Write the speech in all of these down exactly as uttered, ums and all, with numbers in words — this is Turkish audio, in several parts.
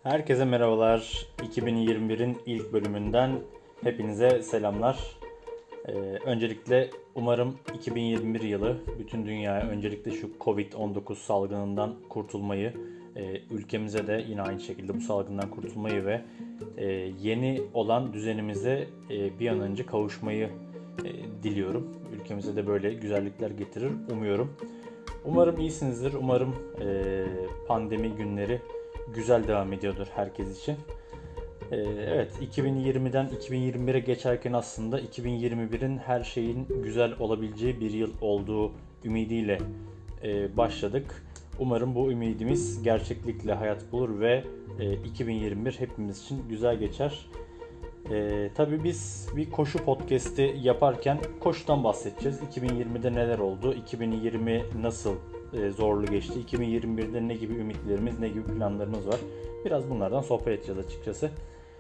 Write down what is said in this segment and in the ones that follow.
Herkese merhabalar. iki bin yirmi birin ilk bölümünden hepinize selamlar. Ee, öncelikle umarım iki bin yirmi bir yılı bütün dünyaya öncelikle şu covid on dokuz salgınından kurtulmayı, e, ülkemize de yine aynı şekilde bu salgından kurtulmayı ve e, yeni olan düzenimize e, bir an önce kavuşmayı e, diliyorum. Ülkemize de böyle güzellikler getirir umuyorum. Umarım iyisinizdir. Umarım e, pandemi günleri güzel devam ediyordur herkes için. Ee, evet, iki bin yirmiden iki bin yirmi bire geçerken aslında iki bin yirmi birin her şeyin güzel olabileceği bir yıl olduğu ümidiyle e, başladık. Umarım bu ümidimiz gerçeklikle hayat bulur ve e, iki bin yirmi bir hepimiz için güzel geçer. E, tabii biz bir koşu podcast'i yaparken koşudan bahsedeceğiz. iki bin yirmide neler oldu? iki bin yirmi nasıl e, zorlu geçti? iki bin yirmi birde ne gibi ümitlerimiz, ne gibi planlarımız var? Biraz bunlardan sohbet edeceğiz açıkçası.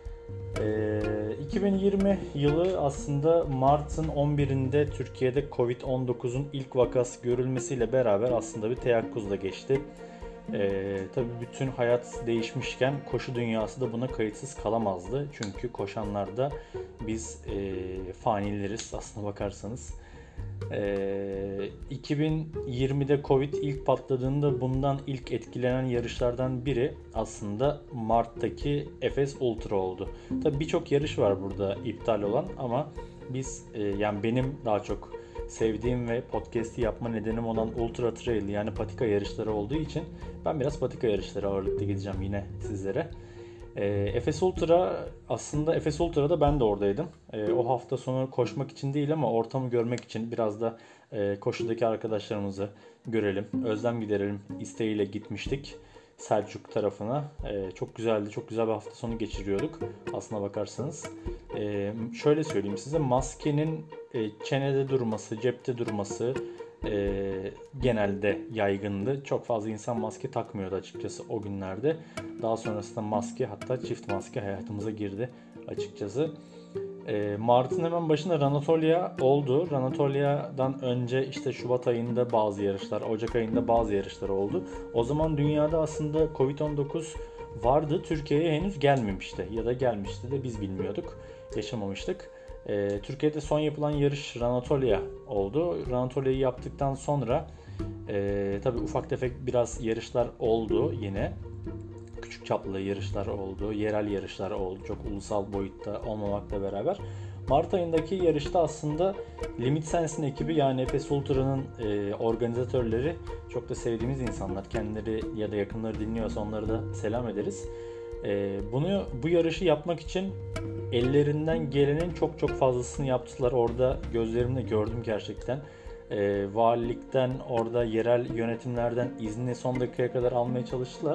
E, iki bin yirmi yılı aslında Mart'ın on birinde Türkiye'de covid on dokuzun ilk vakası görülmesiyle beraber aslında bir teyakkuzla geçti. Ee, tabii bütün hayat değişmişken koşu dünyası da buna kayıtsız kalamazdı. Çünkü koşanlarda biz e, fanileriz aslına bakarsanız. Ee, iki bin yirmide Covid ilk patladığında bundan ilk etkilenen yarışlardan biri aslında Mart'taki Efes Ultra oldu. Tabii birçok yarış var burada iptal olan ama biz e, yani benim daha çok sevdiğim ve podcast'i yapma nedenim olan Ultra Trail yani patika yarışları olduğu için ben biraz patika yarışları ağırlıklı gideceğim yine sizlere. E, Efes Ultra aslında Efes Ultra'da ben de oradaydım. E, o hafta sonu koşmak için değil ama ortamı görmek için biraz da e, koşudaki arkadaşlarımızı görelim, özlem giderelim isteğiyle gitmiştik Selçuk tarafına. E, çok güzeldi, çok güzel bir hafta sonu geçiriyorduk aslına bakarsanız. E, şöyle söyleyeyim size, maskenin e, çenede durması, cepte durması e, genelde yaygındı. Çok fazla insan maske takmıyordu açıkçası o günlerde. Daha sonrasında maske, hatta çift maske hayatımıza girdi açıkçası. E, Mart'ın hemen başında Ranatolia oldu. Ranatolia'dan önce işte Şubat ayında bazı yarışlar, Ocak ayında bazı yarışlar oldu. O zaman dünyada aslında covid on dokuz vardı. Türkiye'ye henüz gelmemişti ya da gelmişti de biz bilmiyorduk, yaşamamıştık. E, Türkiye'de son yapılan yarış Ranatolia oldu. Ranatolia'yı yaptıktan sonra e, tabii ufak tefek biraz yarışlar oldu yine. Küçük çaplı yarışlar oldu, yerel yarışlar oldu. Çok ulusal boyutta olmamakla beraber. Mart ayındaki yarışta aslında Limit Sense'in ekibi yani Efes Ultra'nın e, organizatörleri çok da sevdiğimiz insanlar. Kendileri ya da yakınları dinliyorsa onları da selam ederiz. E, bunu bu yarışı yapmak için ellerinden gelenin çok çok fazlasını yaptılar. Orada gözlerimle gördüm gerçekten. E, valilikten, orada yerel yönetimlerden izni son dakikaya kadar almaya çalıştılar.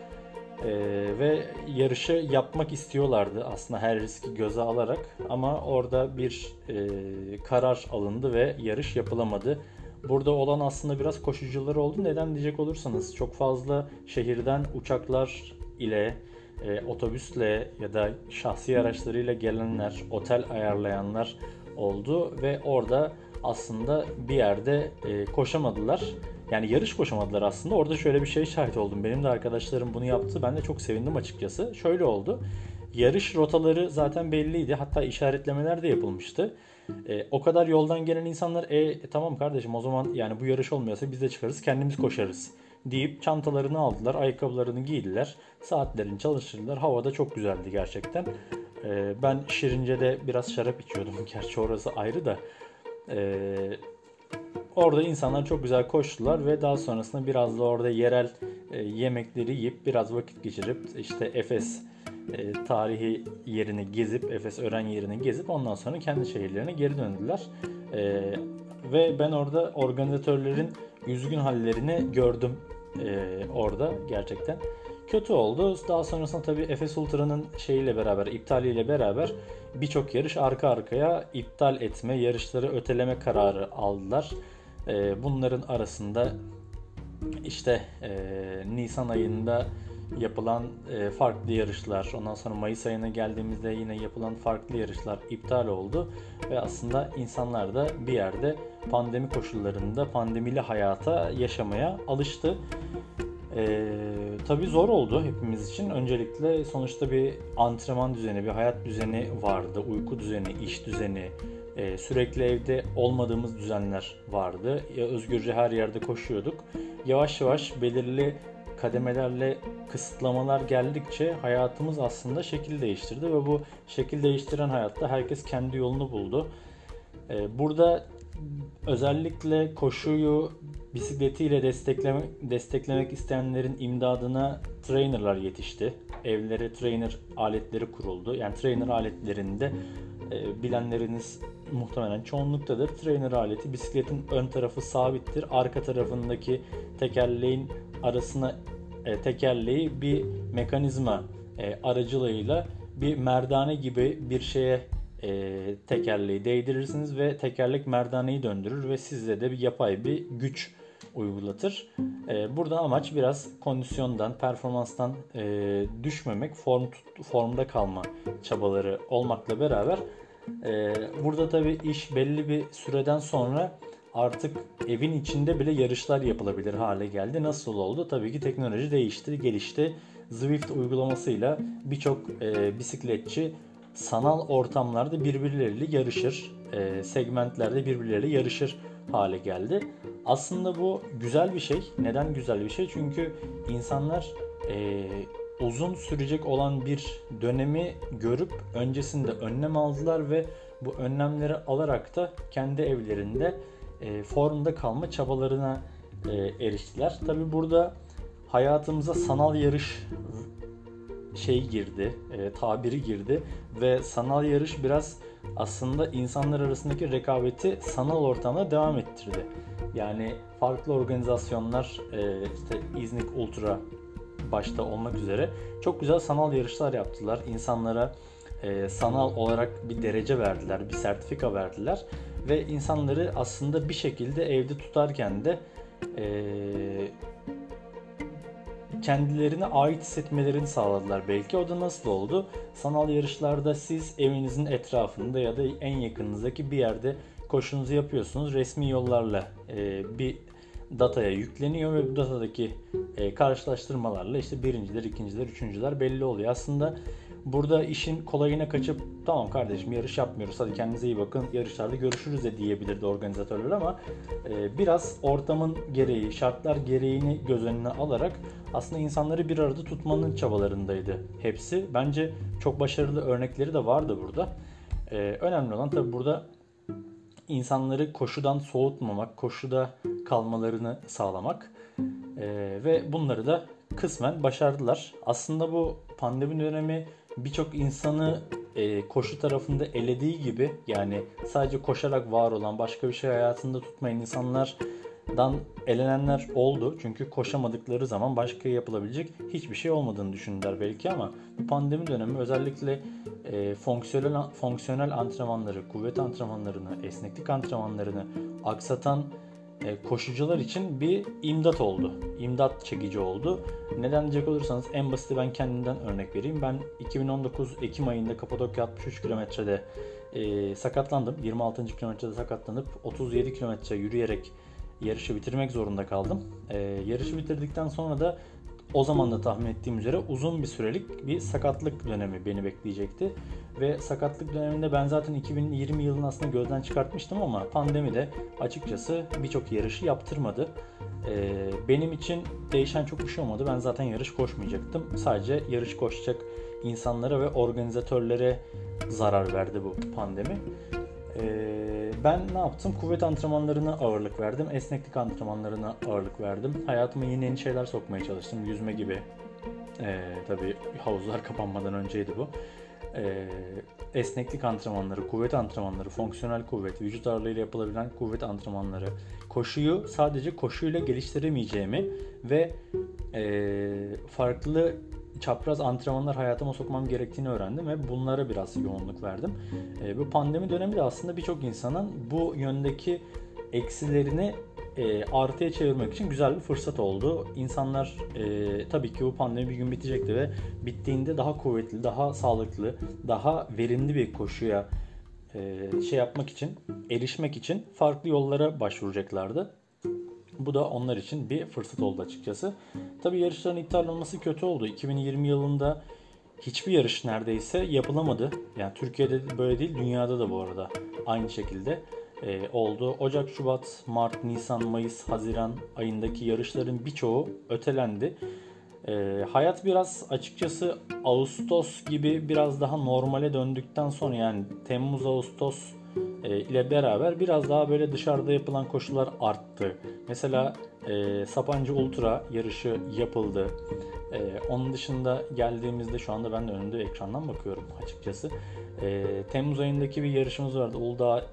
Ee, ve yarışı yapmak istiyorlardı aslında her riski göze alarak ama orada bir e, karar alındı ve yarış yapılamadı. Burada olan aslında biraz koşucular oldu. Neden diyecek olursanız çok fazla şehirden uçaklar ile, e, otobüsle ya da şahsi araçlarıyla gelenler, otel ayarlayanlar oldu ve orada aslında bir yerde e, koşamadılar. Yani yarış koşamadılar aslında. Orada şöyle bir şey şahit oldum. Benim de arkadaşlarım bunu yaptı. Ben de çok sevindim açıkçası. Şöyle oldu. Yarış rotaları zaten belliydi. Hatta işaretlemeler de yapılmıştı. E, o kadar yoldan gelen insanlar e, e tamam kardeşim o zaman yani bu yarış olmuyorsa biz de çıkarız kendimiz koşarız deyip çantalarını aldılar. Ayakkabılarını giydiler. Saatlerini çalıştırdılar. Havada çok güzeldi gerçekten. E, ben Şirince'de biraz şarap içiyordum. Gerçi orası ayrı da. Eee Orada insanlar çok güzel koştular ve daha sonrasında biraz da orada yerel e, yemekleri yiyip biraz vakit geçirip işte Efes e, tarihi yerini gezip, Efes öğren yerini gezip ondan sonra kendi şehirlerine geri döndüler. E, ve ben orada organizatörlerin üzgün hallerini gördüm e, orada gerçekten. Kötü oldu. Daha sonrasında tabii Efes Ultra'nın şeyiyle beraber, iptaliyle beraber birçok yarış arka arkaya iptal etme, yarışları öteleme kararı aldılar. Bunların arasında işte e, Nisan ayında yapılan e, farklı yarışlar, ondan sonra Mayıs ayına geldiğimizde yine yapılan farklı yarışlar iptal oldu ve aslında insanlar da bir yerde pandemi koşullarında pandemili hayata yaşamaya alıştı. Ee, tabii zor oldu hepimiz için. Öncelikle sonuçta bir antrenman düzeni, bir hayat düzeni vardı. Uyku düzeni, iş düzeni, e, sürekli evde olmadığımız düzenler vardı. Ya özgürce her yerde koşuyorduk. Yavaş yavaş belirli kademelerle kısıtlamalar geldikçe hayatımız aslında şekil değiştirdi ve bu şekil değiştiren hayatta herkes kendi yolunu buldu. Ee, burada özellikle koşuyu bisikletiyle destekleme, desteklemek isteyenlerin imdadına trainerlar yetişti. Evlere trainer aletleri kuruldu. Yani trainer aletlerinde e, bilenleriniz muhtemelen çoğunluktadır. Trainer aleti bisikletin ön tarafı sabittir. Arka tarafındaki tekerleğin arasına e, tekerleği bir mekanizma e, aracılığıyla bir merdane gibi bir şeye e, tekerleği değdirirsiniz ve tekerlek merdaneyi döndürür ve sizde de bir yapay bir güç uygulatır. E, burada amaç biraz kondisyondan, performanstan e, düşmemek, form formda kalma çabaları olmakla beraber e, burada tabii iş belli bir süreden sonra artık evin içinde bile yarışlar yapılabilir hale geldi. Nasıl oldu? Tabii ki teknoloji değişti, gelişti. Zwift uygulamasıyla birçok e, bisikletçi sanal ortamlarda birbirleriyle yarışır, e, segmentlerde birbirleriyle yarışır hale geldi. Aslında bu güzel bir şey. Neden güzel bir şey? Çünkü insanlar e, uzun sürecek olan bir dönemi görüp öncesinde önlem aldılar ve bu önlemleri alarak da kendi evlerinde e, formda kalma çabalarına e, eriştiler. Tabii burada hayatımıza sanal yarış şey girdi, e, tabiri girdi ve sanal yarış biraz aslında insanlar arasındaki rekabeti sanal ortamda devam ettirdi. Yani farklı organizasyonlar, e, işte İznik Ultra başta olmak üzere çok güzel sanal yarışlar yaptılar. İnsanlara e, sanal olarak bir derece verdiler, bir sertifika verdiler ve insanları aslında bir şekilde evde tutarken de e, kendilerine ait hissetmelerini sağladılar belki. O da nasıl oldu? Sanal yarışlarda siz evinizin etrafında ya da en yakınınızdaki bir yerde koşunuzu yapıyorsunuz. Resmi yollarla e, bir dataya yükleniyor ve bu datadaki e, karşılaştırmalarla işte birinciler, ikinciler, üçüncüler belli oluyor. Aslında burada işin kolayına kaçıp tamam kardeşim yarış yapmıyoruz, hadi kendinize iyi bakın, yarışlarda görüşürüz de diyebilirdi organizatörler ama e, biraz ortamın gereği, şartlar gereğini göz önüne alarak aslında insanları bir arada tutmanın çabalarındaydı hepsi. Bence çok başarılı örnekleri de vardı burada. E, önemli olan tabii burada insanları koşudan soğutmamak, koşuda kalmalarını sağlamak e, ve bunları da kısmen başardılar. Aslında bu pandemi dönemi birçok insanı e, koşu tarafında elediği gibi, yani sadece koşarak var olan, başka bir şey hayatında tutmayan insanlardan elenenler oldu. Çünkü koşamadıkları zaman başka yapılabilecek hiçbir şey olmadığını düşündüler belki ama bu pandemi dönemi özellikle e, fonksiyonel fonksiyonel antrenmanları, kuvvet antrenmanlarını, esneklik antrenmanlarını aksatan e, koşucular için bir imdat oldu. İmdat çekici oldu. Neden diyecek olursanız en basiti ben kendimden örnek vereyim. Ben iki bin on dokuz Ekim ayında Kapadokya altmış üç kilometrede e, sakatlandım. yirmi altıncı kilometrede sakatlanıp otuz yedi kilometre yürüyerek yarışı bitirmek zorunda kaldım. E, yarışı bitirdikten sonra da o zaman da tahmin ettiğim üzere uzun bir sürelik bir sakatlık dönemi beni bekleyecekti. Ve sakatlık döneminde ben zaten iki bin yirmi yılını aslında gözden çıkartmıştım ama pandemi de açıkçası birçok yarışı yaptırmadı. Ee, benim için değişen çok bir şey olmadı. Ben zaten yarış koşmayacaktım. Sadece yarış koşacak insanlara ve organizatörlere zarar verdi bu pandemi. Ee, ben ne yaptım? Kuvvet antrenmanlarına ağırlık verdim. Esneklik antrenmanlarına ağırlık verdim. Hayatıma yeni yeni şeyler sokmaya çalıştım. Yüzme gibi. Ee, tabii havuzlar kapanmadan önceydi bu. Ee, esneklik antrenmanları, kuvvet antrenmanları, fonksiyonel kuvvet, vücut ağırlığıyla yapılabilen kuvvet antrenmanları, koşuyu sadece koşuyla geliştiremeyeceğimi ve e, farklı çapraz antrenmanlar hayatıma sokmam gerektiğini öğrendim ve bunlara biraz yoğunluk verdim. E, bu pandemi dönemi de aslında birçok insanın bu yöndeki eksilerini e, artıya çevirmek için güzel bir fırsat oldu. İnsanlar e, tabii ki bu pandemi bir gün bitecekti ve bittiğinde daha kuvvetli, daha sağlıklı, daha verimli bir koşuya e, şey yapmak için, erişmek için farklı yollara başvuracaklardı. Bu da onlar için bir fırsat oldu açıkçası. Tabii yarışların iptal olması kötü oldu. iki bin yirmi yılında hiçbir yarış neredeyse yapılamadı. Yani Türkiye'de böyle değil, dünyada da bu arada aynı şekilde e, oldu. Ocak, Şubat, Mart, Nisan, Mayıs, Haziran ayındaki yarışların birçoğu ötelendi. E, hayat biraz açıkçası Ağustos gibi biraz daha normale döndükten sonra, yani Temmuz, Ağustos e, ile beraber biraz daha böyle dışarıda yapılan koşular arttı. Mesela e, Sapanca Ultra yarışı yapıldı. E, onun dışında geldiğimizde, şu anda ben de önümde ekrandan bakıyorum açıkçası. E, Temmuz ayındaki bir yarışımız vardı. Uludağ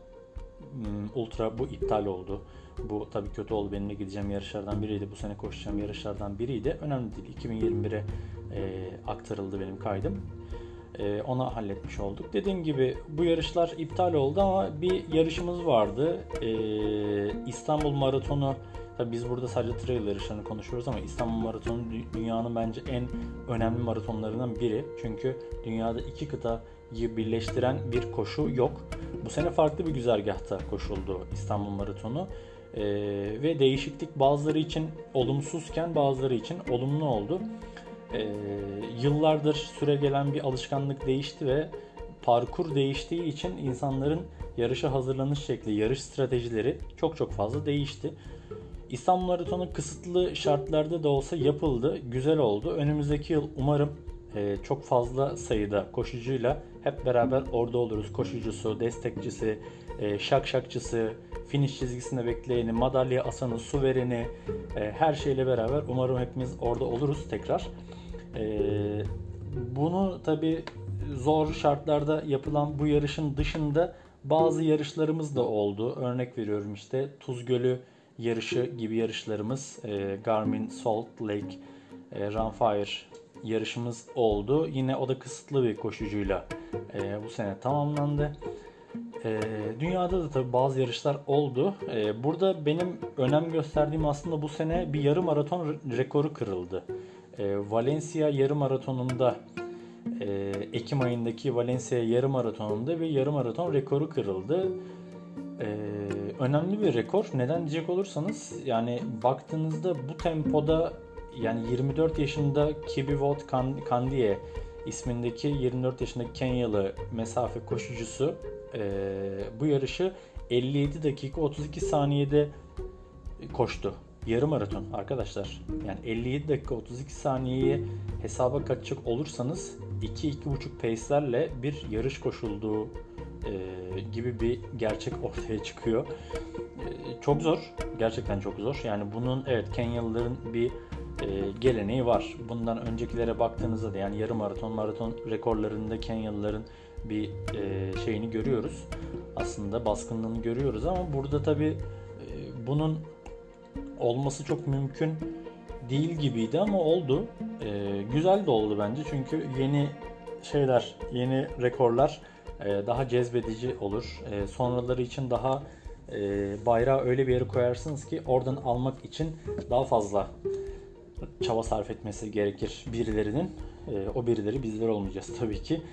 Ultra, bu iptal oldu. Bu tabii kötü oldu. Benim de gideceğim yarışlardan biriydi. Bu sene koşacağım yarışlardan biriydi. Önemli değil. iki bin yirmi bire e, aktarıldı benim kaydım. E, onu halletmiş olduk. Dediğim gibi bu yarışlar iptal oldu ama bir yarışımız vardı. E, İstanbul Maratonu. Tabii biz burada sadece trail yarışlarını konuşuyoruz ama İstanbul Maratonu dünyanın bence en önemli maratonlarından biri. Çünkü dünyada iki kıtayı birleştiren bir koşu yok. Bu sene farklı bir güzergahta koşuldu İstanbul Maratonu. Ee, ve değişiklik bazıları için olumsuzken bazıları için olumlu oldu. Ee, yıllardır süregelen bir alışkanlık değişti ve parkur değiştiği için insanların yarışa hazırlanış şekli, yarış stratejileri çok çok fazla değişti. İstanbul Maratonu kısıtlı şartlarda da olsa yapıldı. Güzel oldu. Önümüzdeki yıl umarım e, çok fazla sayıda koşucuyla hep beraber orada oluruz. Koşucusu, destekçisi, e, şakşakçısı, finish çizgisinde bekleyeni, madalya asanı, su vereni, e, her şeyle beraber umarım hepimiz orada oluruz tekrar. E, bunu tabii zor şartlarda yapılan bu yarışın dışında bazı yarışlarımız da oldu. Örnek veriyorum, işte Tuz Gölü yarışı gibi yarışlarımız, e, Garmin Salt Lake e, Runfire yarışımız oldu. Yine o da kısıtlı bir koşucuyla e, bu sene tamamlandı. E, dünyada da tabii bazı yarışlar oldu. E, burada benim önem gösterdiğim aslında bu sene bir yarım maraton rekoru kırıldı. E, Valencia yarım maratonunda, e, Ekim ayındaki Valencia yarım maratonunda bir yarım maraton rekoru kırıldı. Ee, önemli bir rekor. Neden diyecek olursanız, yani baktığınızda bu tempoda, yani yirmi dört yaşında Kipyegon Kandie ismindeki yirmi dört yaşındaki Kenyalı mesafe koşucusu e, bu yarışı elli yedi dakika otuz iki saniyede koştu. Yarım maraton arkadaşlar. Yani elli yedi dakika otuz iki saniyeyi hesaba katacak olursanız iki iki buçuk pace'lerle bir yarış koşulduğu e, gibi bir gerçek ortaya çıkıyor. E, çok zor. Gerçekten çok zor. Yani bunun, evet, Kenyalıların bir e, geleneği var. Bundan öncekilere baktığınızda da, yani yarım maraton, maraton rekorlarında Kenyalıların bir e, şeyini görüyoruz. Aslında baskınlığını görüyoruz ama burada tabii e, bunun olması çok mümkün değil gibiydi ama oldu. Ee, güzel de oldu bence, çünkü yeni şeyler, yeni rekorlar e, daha cezbedici olur. E, sonraları için daha e, bayrağı öyle bir yere koyarsınız ki oradan almak için daha fazla çaba sarf etmesi gerekir birilerinin. E, o birileri bizler olmayacağız tabii ki.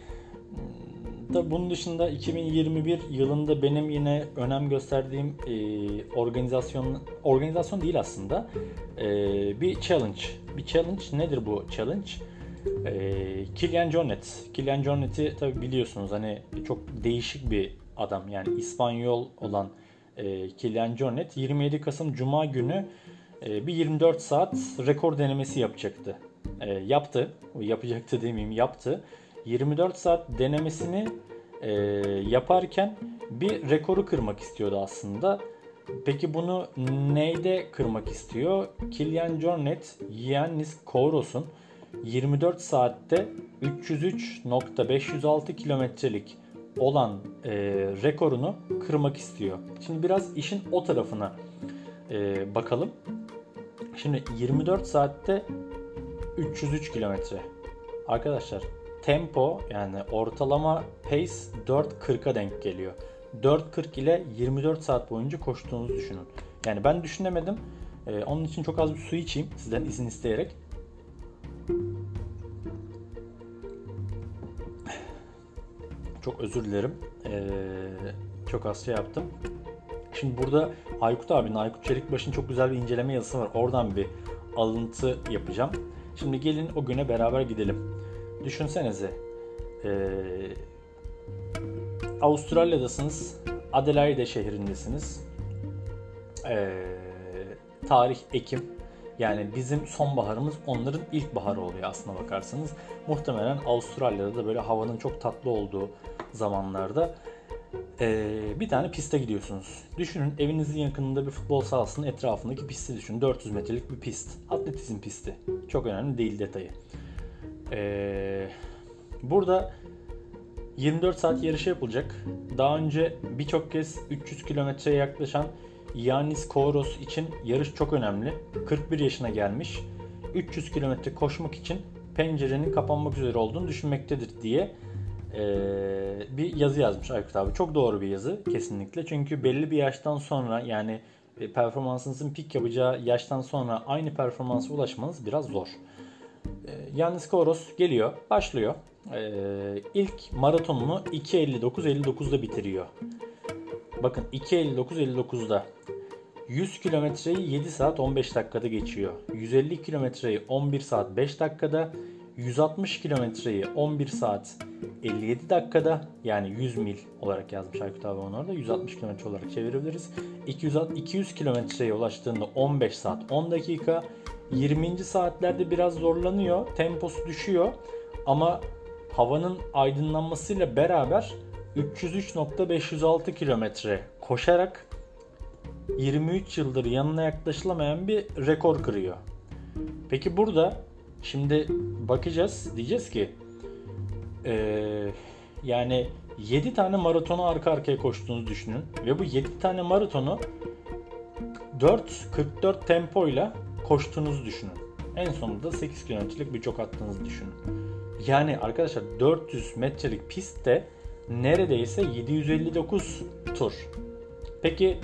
Da bunun dışında iki bin yirmi bir yılında benim yine önem gösterdiğim e, organizasyon organizasyon değil aslında, e, bir challenge. Bir challenge nedir bu challenge? E, Kilian Jornet. Kilian Jornet'i tabii biliyorsunuz, hani çok değişik bir adam, yani İspanyol olan e, Kilian Jornet yirmi yedi Kasım Cuma günü e, bir yirmi dört saat rekor denemesi yapacaktı. E, yaptı. Yapacaktı demeyeyim, yaptı. yirmi dört saat denemesini e, yaparken bir rekoru kırmak istiyordu aslında. Peki bunu neyde kırmak istiyor? Kilian Jornet, Yannis Kouros'un yirmi dört saatte üç yüz üç nokta beş yüz altı kilometrelik olan e, rekorunu kırmak istiyor. Şimdi biraz işin o tarafına e, bakalım. Şimdi yirmi dört saatte üç yüz üç kilometre. Arkadaşlar, tempo, yani ortalama pace dört kırka denk geliyor. dört kırk ile yirmi dört saat boyunca koştuğunuzu düşünün. Yani ben düşünemedim. Ee, onun için çok az bir su içeyim sizden izin isteyerek. Çok özür dilerim. Ee, çok az şey yaptım. Şimdi burada Aykut abinin, Aykut Çelikbaş'ın çok güzel bir inceleme yazısı var. Oradan bir alıntı yapacağım. Şimdi gelin o güne beraber gidelim. Düşünsenize. Ee, Avustralya'dasınız. Adelaide şehrindesiniz. Ee, tarih Ekim. Yani bizim sonbaharımız onların ilkbaharı oluyor aslına bakarsanız. Muhtemelen Avustralya'da da böyle havanın çok tatlı olduğu zamanlarda ee, bir tane piste gidiyorsunuz. Düşünün, evinizin yakınında bir futbol sahasının etrafındaki pisti düşünün. dört yüz metrelik bir pist. Atletizm pisti. Çok önemli değil detayı. Ee, burada yirmi dört saat yarışı yapılacak. Daha önce birçok kez üç yüz kilometreye yaklaşan Yannis Kouros için yarış çok önemli. kırk bir yaşına gelmiş. üç yüz kilometre koşmak için pencerenin kapanmak üzere olduğunu düşünmektedir diye ee, bir yazı yazmış Aykut abi. Çok doğru bir yazı kesinlikle. Çünkü belli bir yaştan sonra, yani performansınızın pik yapacağı yaştan sonra aynı performansa ulaşmanız biraz zor. Ee, Yannis Kouros geliyor, başlıyor. Ee, ilk maratonunu iki elli dokuz elli dokuzda bitiriyor. Bakın iki elli dokuz elli dokuzda yüz kilometreyi yedi saat on beş dakikada geçiyor. yüz elli kilometreyi on bir saat beş dakikada, yüz altmış kilometreyi on bir saat elli yedi dakikada, yani yüz mil olarak yazmış Aykut abi onu orada. yüz altmış kilometre olarak çevirebiliriz. iki yüz kilometreye ulaştığında on beş saat on dakika. yirminci saatlerde biraz zorlanıyor. Temposu düşüyor. Ama havanın aydınlanmasıyla beraber üç yüz üç nokta beş yüz altı kilometre koşarak yirmi üç yıldır yanına yaklaşılamayan bir rekor kırıyor. Peki burada şimdi bakacağız, diyeceğiz ki ee, yani yedi tane maratonu arka arkaya koştuğunuzu düşünün ve bu yedi tane maratonu dört kırk dört tempoyla koştuğunuzu düşünün. En sonunda sekiz kilometrelik bir jog attığınızı düşünün. Yani arkadaşlar dört yüz metrelik pistte neredeyse yedi yüz elli dokuz tur. Peki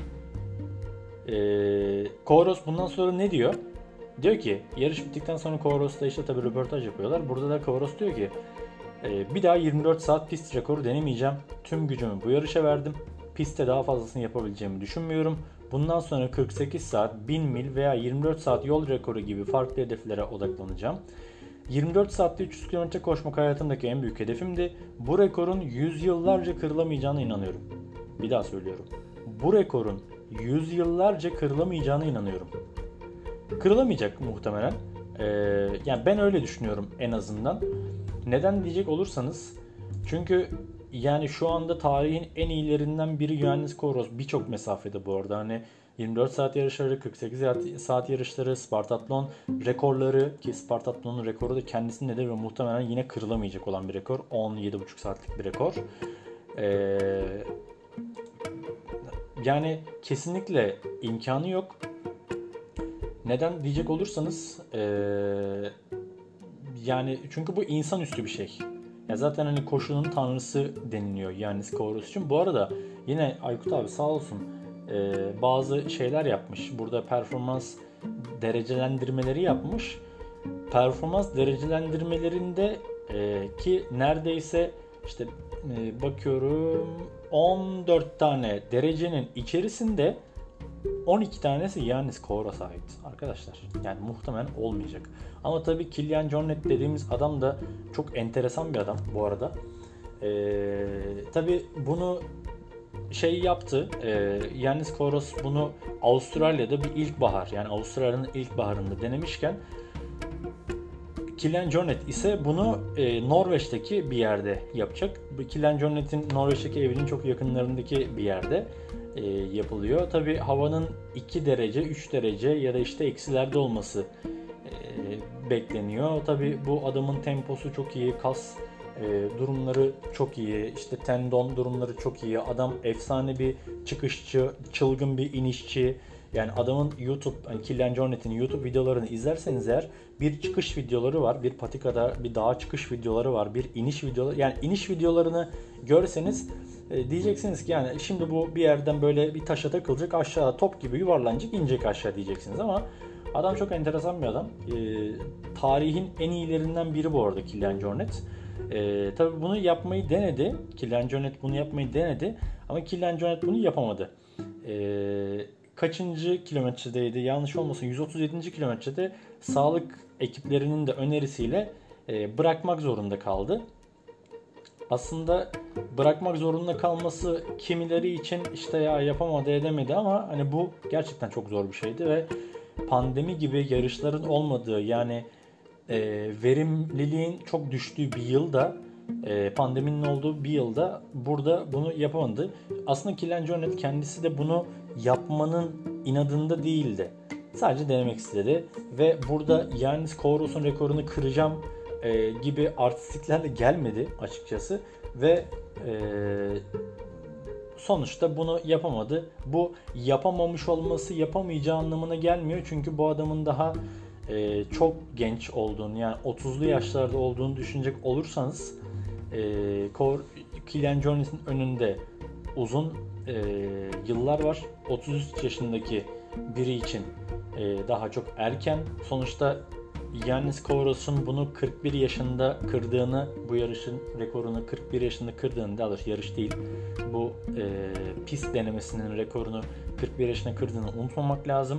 ee, Kouros bundan sonra ne diyor? Diyor ki, yarış bittikten sonra Kouros'ta işte tabi röportaj yapıyorlar. Burada da Kouros diyor ki e, bir daha yirmi dört saat pist rekoru denemeyeceğim. Tüm gücümü bu yarışa verdim. Pistte daha fazlasını yapabileceğimi düşünmüyorum. Bundan sonra kırk sekiz saat, bin mil veya yirmi dört saat yol rekoru gibi farklı hedeflere odaklanacağım. yirmi dört saatte üç yüz kilometre koşmak hayatımdaki en büyük hedefimdi. Bu rekorun yüzyıllarca kırılamayacağına inanıyorum. Bir daha söylüyorum. Bu rekorun yüzyıllarca kırılamayacağına inanıyorum. Kırılamayacak muhtemelen. Ee, yani ben öyle düşünüyorum en azından. Neden diyecek olursanız, çünkü yani şu anda tarihin en iyilerinden biri Yannis Kouros. Birçok mesafede bu arada. Hani yirmi dört saat yarışları, kırk sekiz saat yarışları, Spartathlon rekorları, ki Spartathlon'un rekoru da kendisinde de ve muhtemelen yine kırılamayacak olan bir rekor. on yedi buçuk saatlik bir rekor. Ee, yani kesinlikle imkanı yok. Neden diyecek olursanız ee, yani çünkü bu insanüstü bir şey. Ya zaten hani koşunun tanrısı deniliyor Yannis Kouros için. Bu arada yine Aykut abi sağ olsun e, bazı şeyler yapmış. Burada performans derecelendirmeleri yapmış. Performans derecelendirmelerinde e, ki neredeyse işte e, bakıyorum on dört tane derecenin içerisinde on iki tanesi Yannis Kouros'a ait arkadaşlar. Yani muhtemelen olmayacak. Ama tabii Kilian Jornet dediğimiz adam da çok enteresan bir adam bu arada. Ee, tabii bunu şey yaptı. E, Yannis Kouros bunu Avustralya'da bir ilkbahar, yani Avustralya'nın ilkbaharında denemişken Kilian Jornet ise bunu e, Norveç'teki bir yerde yapacak. Kilian Jornet'in Norveç'teki evinin çok yakınlarındaki bir yerde e, yapılıyor. Tabii havanın iki derece, üç derece ya da işte eksilerde olması e, bekleniyor. Tabii bu adamın temposu çok iyi, kas e, durumları çok iyi, işte tendon durumları çok iyi. Adam efsane bir çıkışçı, çılgın bir inişçi. Yani adamın YouTube, hani Kilian Jornet'in YouTube videolarını izlerseniz eğer bir çıkış videoları var, bir patikada bir dağa çıkış videoları var, bir iniş videoları. Yani iniş videolarını görseniz e, diyeceksiniz ki yani şimdi bu bir yerden böyle bir taşa takılacak, aşağı top gibi yuvarlanacak, inecek aşağı diyeceksiniz ama adam çok enteresan bir adam. E, tarihin en iyilerinden biri bu arada Kilian Jornet. E, tabii bunu yapmayı denedi. Kilian Jornet bunu yapmayı denedi ama Kilian Jornet bunu yapamadı. Ee, kaçıncı kilometredeydi? Yanlış olmasın, yüz otuz yedinci kilometrede sağlık ekiplerinin de önerisiyle e, bırakmak zorunda kaldı. Aslında bırakmak zorunda kalması kimileri için işte ya yapamadı edemedi ama hani bu gerçekten çok zor bir şeydi ve pandemi gibi yarışların olmadığı, yani e, verimliliğin çok düştüğü bir yılda, e, pandeminin olduğu bir yılda burada bunu yapamadı. Aslında Kylian Jornet kendisi de bunu yapmanın inadında değildi. Sadece denemek istedi ve burada Yannis Kouros'un rekorunu kıracağım e, gibi artistliklerle gelmedi açıkçası ve e, sonuçta bunu yapamadı. Bu yapamamış olması yapamayacağı anlamına gelmiyor. Çünkü bu adamın daha e, çok genç olduğunu, yani otuzlu yaşlarda olduğunu düşünecek olursanız e, Kylian Jornet'in önünde uzun e, yıllar var. otuz üç yaşındaki biri için e, daha çok erken. Sonuçta Yannis Kouros'un bunu kırk bir yaşında kırdığını, bu yarışın rekorunu kırk bir yaşında kırdığını, daha doğrusu yarış değil, bu e, pist denemesinin rekorunu kırk bir yaşında kırdığını unutmamak lazım.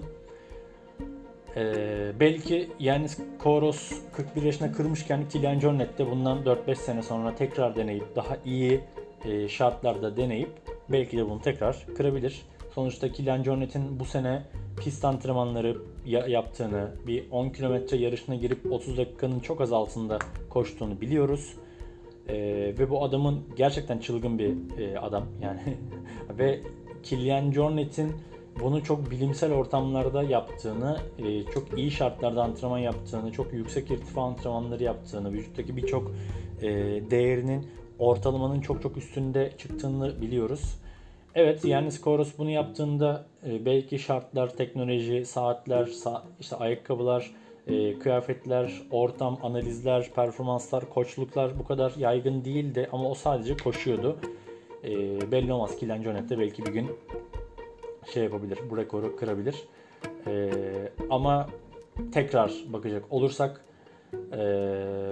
E, belki Yannis Kouros kırk bir yaşında kırmışken Kylian Jornet de bundan dört beş sene sonra tekrar deneyip, daha iyi e, şartlarda deneyip belki de bunu tekrar kırabilir. Sonuçta Kylian Jornet'in bu sene pist antrenmanları yaptığını, bir on kilometre yarışına girip otuz dakikanın çok az altında koştuğunu biliyoruz. Ee, ve bu adamın gerçekten çılgın bir e, adam yani. Ve Kylian Jornet'in bunu çok bilimsel ortamlarda yaptığını, e, çok iyi şartlarda antrenman yaptığını, çok yüksek irtifa antrenmanları yaptığını, vücuttaki birçok e, değerinin ortalamanın çok çok üstünde çıktığını biliyoruz. Evet, Yannis Kouros bunu yaptığında e, belki şartlar, teknoloji, saatler, sa- işte ayakkabılar, e, kıyafetler, ortam, analizler, performanslar, koçluklar bu kadar yaygın değildi ama o sadece koşuyordu. E, belli olmaz, Kylian Jornet de belki bir gün şey yapabilir, bu rekoru kırabilir. E, ama tekrar bakacak olursak e,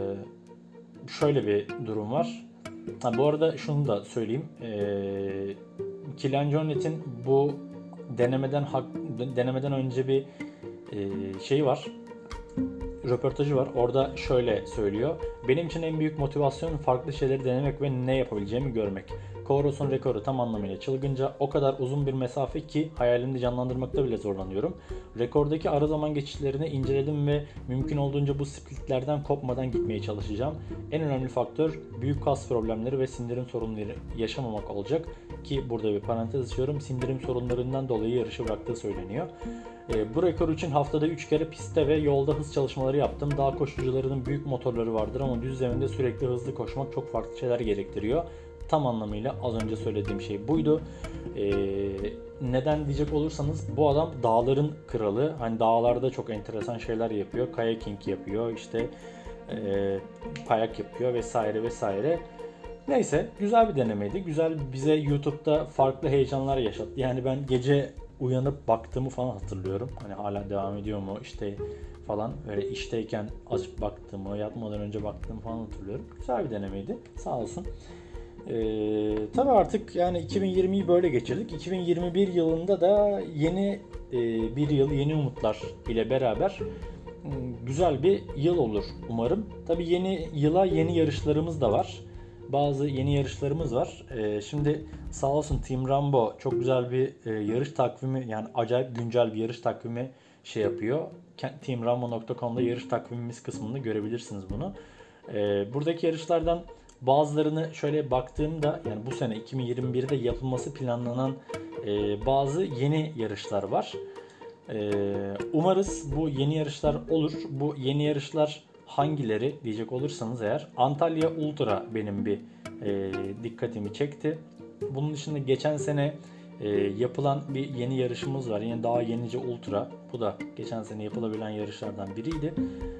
şöyle bir durum var. Ha, bu arada şunu da söyleyeyim. Ee, Kylian Jornet'in bu denemeden hak, denemeden önce bir e, şey var. Röportajı var. Orada şöyle söylüyor. Benim için en büyük motivasyon farklı şeyleri denemek ve ne yapabileceğimi görmek. Kouros'un rekoru tam anlamıyla çılgınca, o kadar uzun bir mesafe ki hayalimde canlandırmakta bile zorlanıyorum. Rekordaki ara zaman geçişlerini inceledim ve mümkün olduğunca bu splitlerden kopmadan gitmeye çalışacağım. En önemli faktör büyük kas problemleri ve sindirim sorunları yaşamamak olacak ki burada bir parantez açıyorum. Sindirim sorunlarından dolayı yarışı bıraktığı söyleniyor. E, bu rekor için haftada üç kere pistte ve yolda hız çalışmaları yaptım. Dağ koşucularının büyük motorları vardır ama düz zeminde sürekli hızlı koşmak çok farklı şeyler gerektiriyor. Tam anlamıyla az önce söylediğim şey buydu. Ee, neden diyecek olursanız, bu adam dağların kralı. Hani dağlarda çok enteresan şeyler yapıyor. Kayaking yapıyor, işte e, kayak yapıyor vesaire vesaire. Neyse, güzel bir denemeydi. Güzel, bize YouTube'da farklı heyecanlar yaşattı. Yani ben gece uyanıp baktığımı falan hatırlıyorum. Hani hala devam ediyor mu işte falan, böyle işteyken açıp baktığımı, yatmadan önce baktığımı falan hatırlıyorum. Güzel bir denemeydi. Sağ olsun. Ee, tabii artık yani iki bin yirmiyi böyle geçirdik. iki bin yirmi bir yılında da yeni e, bir yıl, yeni umutlar ile beraber m, güzel bir yıl olur umarım. Tabii yeni yıla yeni yarışlarımız da var. Bazı yeni yarışlarımız var. Ee, şimdi sağ olsun Team Rambo çok güzel bir e, yarış takvimi, yani acayip güncel bir yarış takvimi şey yapıyor. team rambo nokta com'da yarış takvimimiz kısmında görebilirsiniz bunu. Ee, buradaki yarışlardan bazılarını şöyle baktığımda, yani bu sene iki bin yirmi birde yapılması planlanan e, bazı yeni yarışlar var. E, umarız bu yeni yarışlar olur. Bu yeni yarışlar hangileri diyecek olursanız eğer, Antalya Ultra benim bir e, dikkatimi çekti. Bunun dışında geçen sene e, yapılan bir yeni yarışımız var. Yine daha yenice Ultra. Bu da geçen sene yapılabilen yarışlardan biriydi.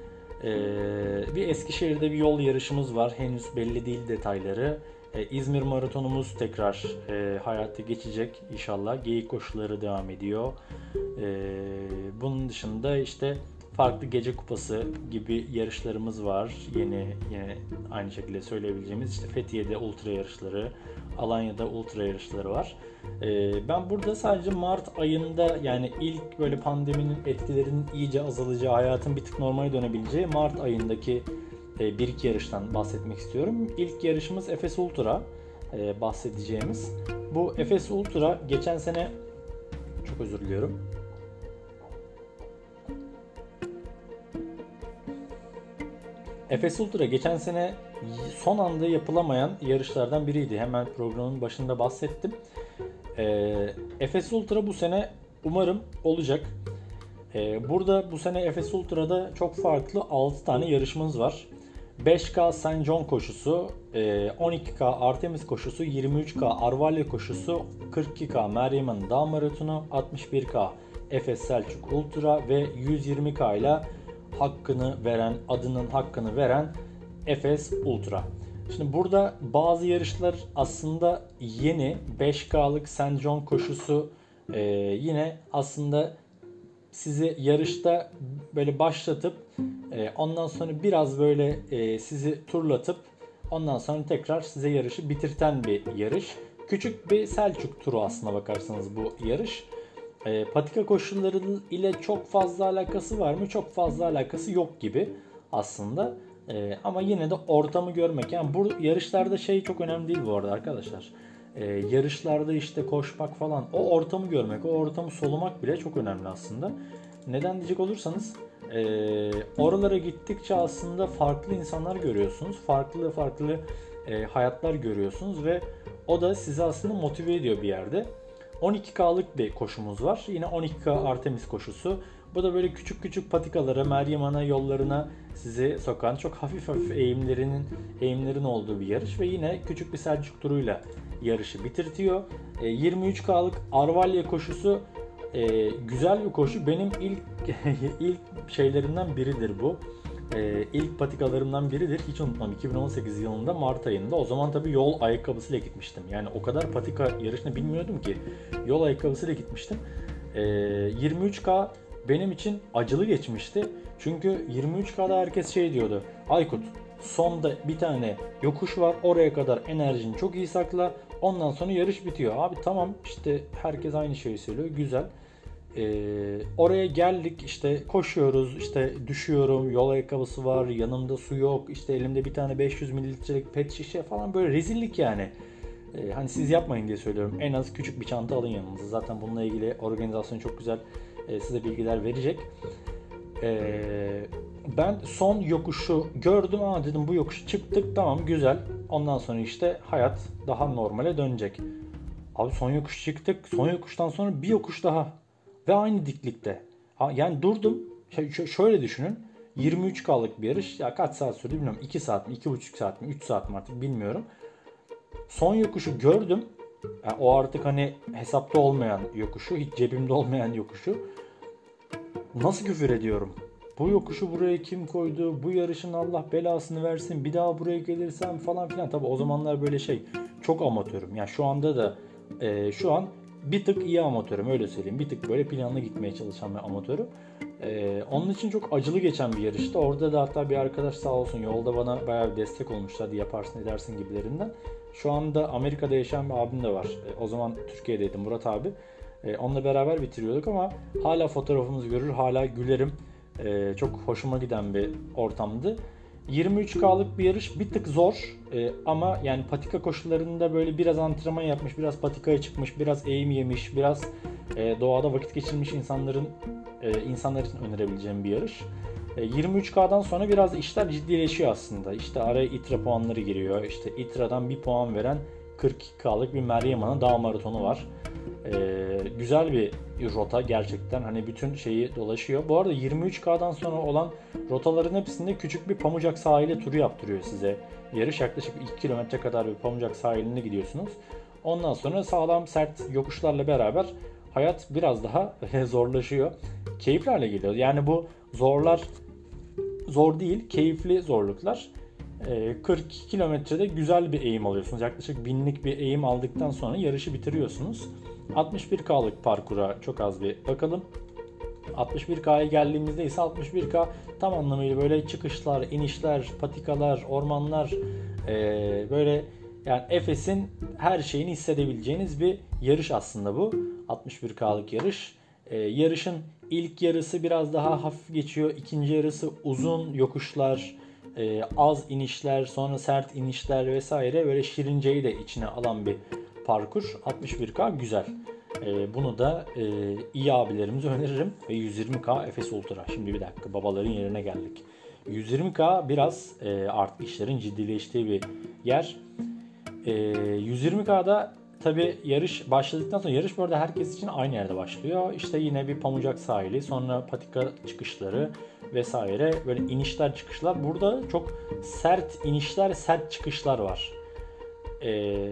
Ee, bir Eskişehir'de bir yol yarışımız var. Henüz belli değil detayları. Ee, İzmir Maratonumuz tekrar e, hayata geçecek inşallah. Geyik koşuları devam ediyor. Ee, bunun dışında işte farklı gece kupası gibi yarışlarımız var. Yeni yine aynı şekilde söyleyebileceğimiz işte Fethiye'de ultra yarışları, Alanya'da ultra yarışları var. Ee, ben burada sadece Mart ayında, yani ilk böyle pandeminin etkilerinin iyice azalacağı, hayatın bir tık normale dönebileceği Mart ayındaki e, bir iki yarıştan bahsetmek istiyorum. İlk yarışımız Efes Ultra e, bahsedeceğimiz. Bu Efes Ultra geçen sene, çok özür diliyorum. Efes Ultra geçen sene son anda yapılamayan yarışlardan biriydi. Hemen programın başında bahsettim. Ee, Efes Ultra bu sene umarım olacak. Ee, burada bu sene Efes Ultra'da çok farklı altı tane yarışmamız var. beş K Saint John koşusu, on iki K Artemis koşusu, yirmi üç K Arvalya koşusu, kırk iki K Meryem Ana Dağ Maratonu, altmış bir K Efes Selçuk Ultra ve yüz yirmi K ile hakkını veren, adının hakkını veren Efes Ultra. Şimdi burada bazı yarışlar aslında yeni. beş K'lık Saint John koşusu e, yine aslında sizi yarışta böyle başlatıp e, ondan sonra biraz böyle e, sizi turlatıp ondan sonra tekrar size yarışı bitirten bir yarış. Küçük bir Selçuk turu aslına bakarsanız bu yarış. E, patika koşulları ile çok fazla alakası var mı? Çok fazla alakası yok gibi aslında. E, ama yine de ortamı görmek. Yani bu yarışlarda şey çok önemli değil bu arada arkadaşlar. E, yarışlarda işte koşmak falan, o ortamı görmek, o ortamı solumak bile çok önemli aslında. Neden diyecek olursanız e, oralara gittikçe aslında farklı insanlar görüyorsunuz. Farklı farklı e, hayatlar görüyorsunuz ve o da sizi aslında motive ediyor bir yerde. on iki K'lık bir koşumuz var. Yine on iki K Artemis koşusu. Bu da böyle küçük küçük patikalara, Meryem Ana yollarına sizi sokan, çok hafif hafif eğimlerinin eğimlerin olduğu bir yarış ve yine küçük bir Selçuk turuyla yarışı bitirtiyor. E, yirmi üç K'lık Arvalya koşusu e, güzel bir koşu. Benim ilk ilk şeylerimden biridir bu. E, ilk patikalarımdan biridir. Hiç unutmam. iki bin on sekiz yılında Mart ayında. O zaman tabii yol ayakkabısıyla gitmiştim. Yani o kadar patika yarışını bilmiyordum ki. Yol ayakkabısıyla gitmiştim. E, yirmi üç K benim için acılı geçmişti. Çünkü yirmi üç K'da herkes şey diyordu. Aykut, sonda bir tane yokuş var. Oraya kadar enerjini çok iyi sakla. Ondan sonra yarış bitiyor. Abi tamam, işte herkes aynı şeyi söylüyor. Güzel. Ee, oraya geldik, işte koşuyoruz, işte düşüyorum, yol ayakkabısı var, yanımda su yok, işte elimde bir tane beş yüz mililitrelik pet şişe falan, böyle rezillik yani. Ee, hani siz yapmayın diye söylüyorum. En az küçük bir çanta alın yanınıza. Zaten bununla ilgili organizasyon çok güzel e, size bilgiler verecek. Ee, ben son yokuşu gördüm, ama dedim bu yokuşu çıktık, tamam güzel. Ondan sonra işte hayat daha normale dönecek. Abi son yokuş çıktık, son yokuştan sonra bir yokuş daha ve aynı diklikte. Ha, yani durdum. Ş- şöyle düşünün. yirmi üç K'lık bir yarış. Ya kaç saat sürdü bilmiyorum. iki saat mi, iki buçuk saat mi, üç saat mi artık bilmiyorum. Son yokuşu gördüm. Yani o artık hani hesapta olmayan yokuşu, hiç cebimde olmayan yokuşu. Nasıl küfür ediyorum? Bu yokuşu buraya kim koydu? Bu yarışın Allah belasını versin. Bir daha buraya gelirsem falan filan. Tabii o zamanlar böyle şey, çok amatörüm. Yani şu anda da e, şu an bir tık iyi amatörüm, öyle söyleyeyim. Bir tık böyle planlı gitmeye çalışan bir amatörüm. E, onun için çok acılı geçen bir yarıştı. Orada da hatta bir arkadaş sağ olsun yolda bana bayağı bir destek olmuştu. Hadi yaparsın edersin gibilerinden. Şu anda Amerika'da yaşayan bir abim de var. E, o zaman Türkiye'deydim, Murat abi. E, onunla beraber bitiriyorduk ama hala fotoğrafımızı görür, hala gülerim. E, çok hoşuma giden bir ortamdı. yirmi üç K'lık bir yarış bir tık zor e, ama yani patika koşullarında böyle biraz antrenman yapmış, biraz patikaya çıkmış, biraz eğim yemiş, biraz e, doğada vakit geçirmiş insanların e, insanlar için önerebileceğim bir yarış. E, yirmi üç K'dan sonra biraz işler ciddileşiyor aslında. İşte araya İTRA puanları giriyor. İşte İTRA'dan bir puan veren kırk iki K'lık bir Meryem Ana Dağ Maratonu var. Ee, güzel bir rota gerçekten, hani bütün şeyi dolaşıyor. Bu arada yirmi üç K'dan sonra olan rotaların hepsinde küçük bir Pamucak sahili turu yaptırıyor size. Yarış yaklaşık iki kilometre kadar bir Pamucak sahiline gidiyorsunuz. Ondan sonra sağlam sert yokuşlarla beraber hayat biraz daha zorlaşıyor. Keyifli hale geliyor. Yani bu zorlar zor değil, keyifli zorluklar. kırk iki kilometrede güzel bir eğim alıyorsunuz. Yaklaşık binlik bir eğim aldıktan sonra yarışı bitiriyorsunuz. altmış bir K'lık parkura çok az bir bakalım. altmış bir K'ya geldiğimizde ise altmış bir K tam anlamıyla böyle çıkışlar, inişler, patikalar, ormanlar, ee, böyle yani Efes'in her şeyini hissedebileceğiniz bir yarış aslında bu. altmış bir K'lık yarış. Ee, yarışın ilk yarısı biraz daha hafif geçiyor. İkinci yarısı uzun yokuşlar, e, az inişler, sonra sert inişler vesaire. Böyle Şirince'yi de içine alan bir parkur. altmış bir K güzel. E, bunu da e, iyi abilerimize öneririm. Ve yüz yirmi K Efes Ultra. Şimdi bir dakika, babaların yerine geldik. yüz yirmi K biraz e, artık işlerin ciddileştiği bir yer. E, yüz yirmi K'da tabi yarış başladıktan sonra, yarış bu arada herkes için aynı yerde başlıyor. İşte yine bir Pamucak sahili, sonra patika çıkışları vesaire, böyle inişler çıkışlar. Burada çok sert inişler, sert çıkışlar var. Ee,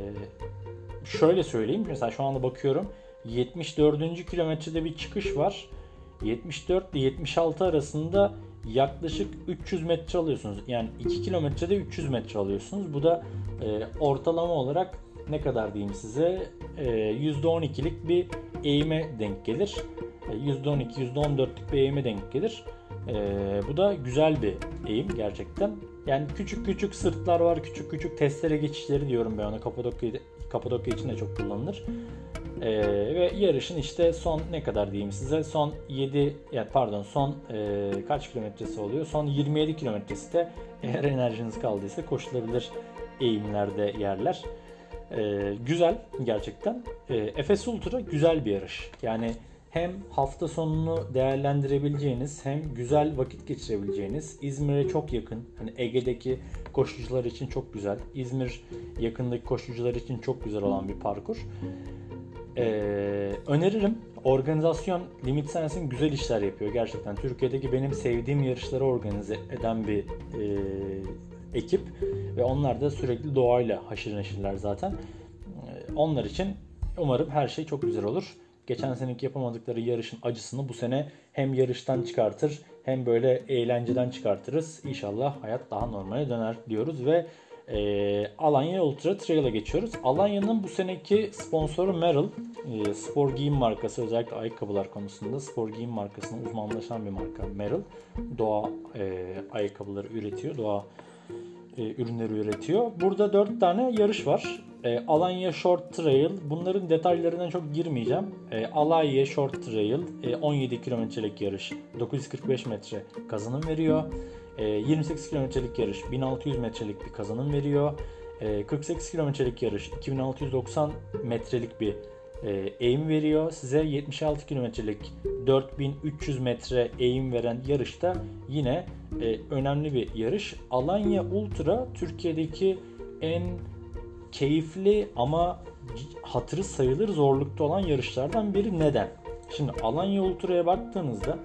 şöyle söyleyeyim, mesela şu anda bakıyorum, yetmiş dördüncü kilometrede bir çıkış var. yetmiş dört ile yetmiş altı arasında yaklaşık üç yüz metre alıyorsunuz. Yani iki kilometrede üç yüz metre alıyorsunuz. Bu da e, ortalama olarak ne kadar diyeyim size, e, yüzde on ikilik bir eğime denk gelir. E, yüzde on iki yüzde on dörtlük bir eğime denk gelir. E, bu da güzel bir eğim gerçekten. Yani küçük küçük sırtlar var, küçük küçük testere geçişleri diyorum ben ona. Kapadokya, Kapadokya için de çok kullanılır. Ee, ve yarışın işte son ne kadar diyeyim size, son yedi, yani pardon son e, kaç kilometresi oluyor? Son yirmi yedi kilometresi de eğer enerjiniz kaldıysa koşulabilir eğimlerde yerler. Ee, güzel gerçekten. Ee, Efes Ultra güzel bir yarış. Yani hem hafta sonunu değerlendirebileceğiniz, hem güzel vakit geçirebileceğiniz, İzmir'e çok yakın. Hani Ege'deki koşucular için çok güzel. İzmir yakındaki koşucular için çok güzel olan bir parkur. Ee, öneririm. Organizasyon Limit Sensin güzel işler yapıyor gerçekten. Türkiye'deki benim sevdiğim yarışları organize eden bir e, ekip ve onlar da sürekli doğayla haşır neşirler zaten. Ee, onlar için umarım her şey çok güzel olur. Geçen seneki yapamadıkları yarışın acısını bu sene hem yarıştan çıkartır hem böyle eğlenceden çıkartırız. İnşallah hayat daha normale döner diyoruz ve e, Alanya Ultra Trail'a geçiyoruz. Alanya'nın bu seneki sponsoru Merrell. E, spor giyim markası, özellikle ayakkabılar konusunda spor giyim markasına uzmanlaşan bir marka Merrell. Doğa e, ayakkabıları üretiyor, doğa e, ürünleri üretiyor. Burada dört tane yarış var. E, Alanya Short Trail. Bunların detaylarına çok girmeyeceğim. E, Alanya Short Trail e, on yedi kilometrelik yarış. dokuz yüz kırk beş metre kazanım veriyor. E, yirmi sekiz kilometrelik yarış bin altı yüz metrelik bir kazanım veriyor. E, kırk sekiz kilometrelik yarış iki bin altı yüz doksan metrelik bir e, eğim veriyor. Size yetmiş altı kilometrelik dört bin üç yüz metre eğim veren yarışta yine e, önemli bir yarış. Alanya Ultra Türkiye'deki en keyifli ama hatırı sayılır zorlukta olan yarışlardan biri. Neden? Şimdi Alanya Ultra'ya baktığınızda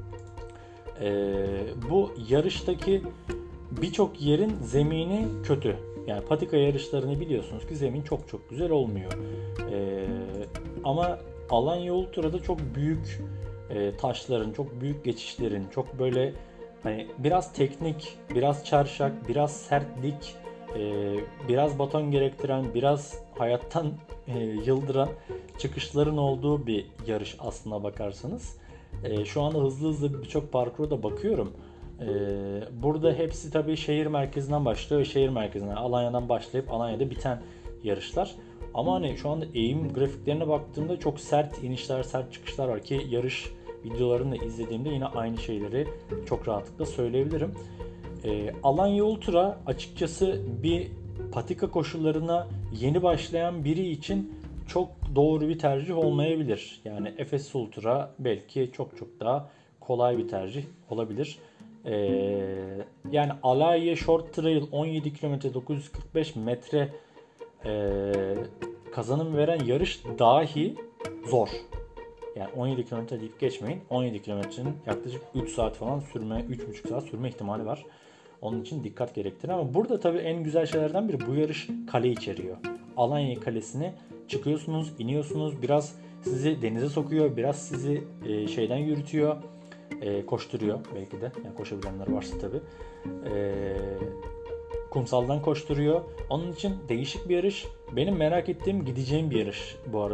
e, bu yarıştaki birçok yerin zemini kötü. Yani patika yarışlarını biliyorsunuz ki zemin çok çok güzel olmuyor. E, ama Alanya Ultra'da çok büyük e, taşların, çok büyük geçişlerin, çok böyle hani biraz teknik, biraz çarşak, biraz sertlik, Ee, biraz baton gerektiren, biraz hayattan e, yıldıran çıkışların olduğu bir yarış aslına bakarsanız. E, şu anda hızlı hızlı birçok parkura da bakıyorum. E, burada hepsi tabii şehir merkezinden başlıyor ve şehir merkezinden, Alanya'dan başlayıp Alanya'da biten yarışlar. Ama hani şu anda eğim grafiklerine baktığımda çok sert inişler, sert çıkışlar var ki yarış videolarını da izlediğimde yine aynı şeyleri çok rahatlıkla söyleyebilirim. E, Alanya Ultra açıkçası bir patika koşullarına yeni başlayan biri için çok doğru bir tercih olmayabilir. Yani Efes Ultra belki çok çok daha kolay bir tercih olabilir. E, yani Alanya Short Trail on yedi kilometre dokuz yüz kırk beş metre e, kazanım veren yarış dahi zor. Yani on yedi kilometre deyip geçmeyin. on yedi kilometrenin yaklaşık üç saat falan sürme, üç buçuk saat sürme ihtimali var. Onun için dikkat gerektirir ama burada tabii en güzel şeylerden biri, bu yarış kale içeriyor. Alanya Kalesi'ne çıkıyorsunuz, iniyorsunuz. Biraz sizi denize sokuyor, biraz sizi e, şeyden yürütüyor, e, koşturuyor belki de. Yani koşabilenler varsa tabii. E, kumsaldan koşturuyor. Onun için değişik bir yarış. Benim merak ettiğim, gideceğim bir yarış bu arada.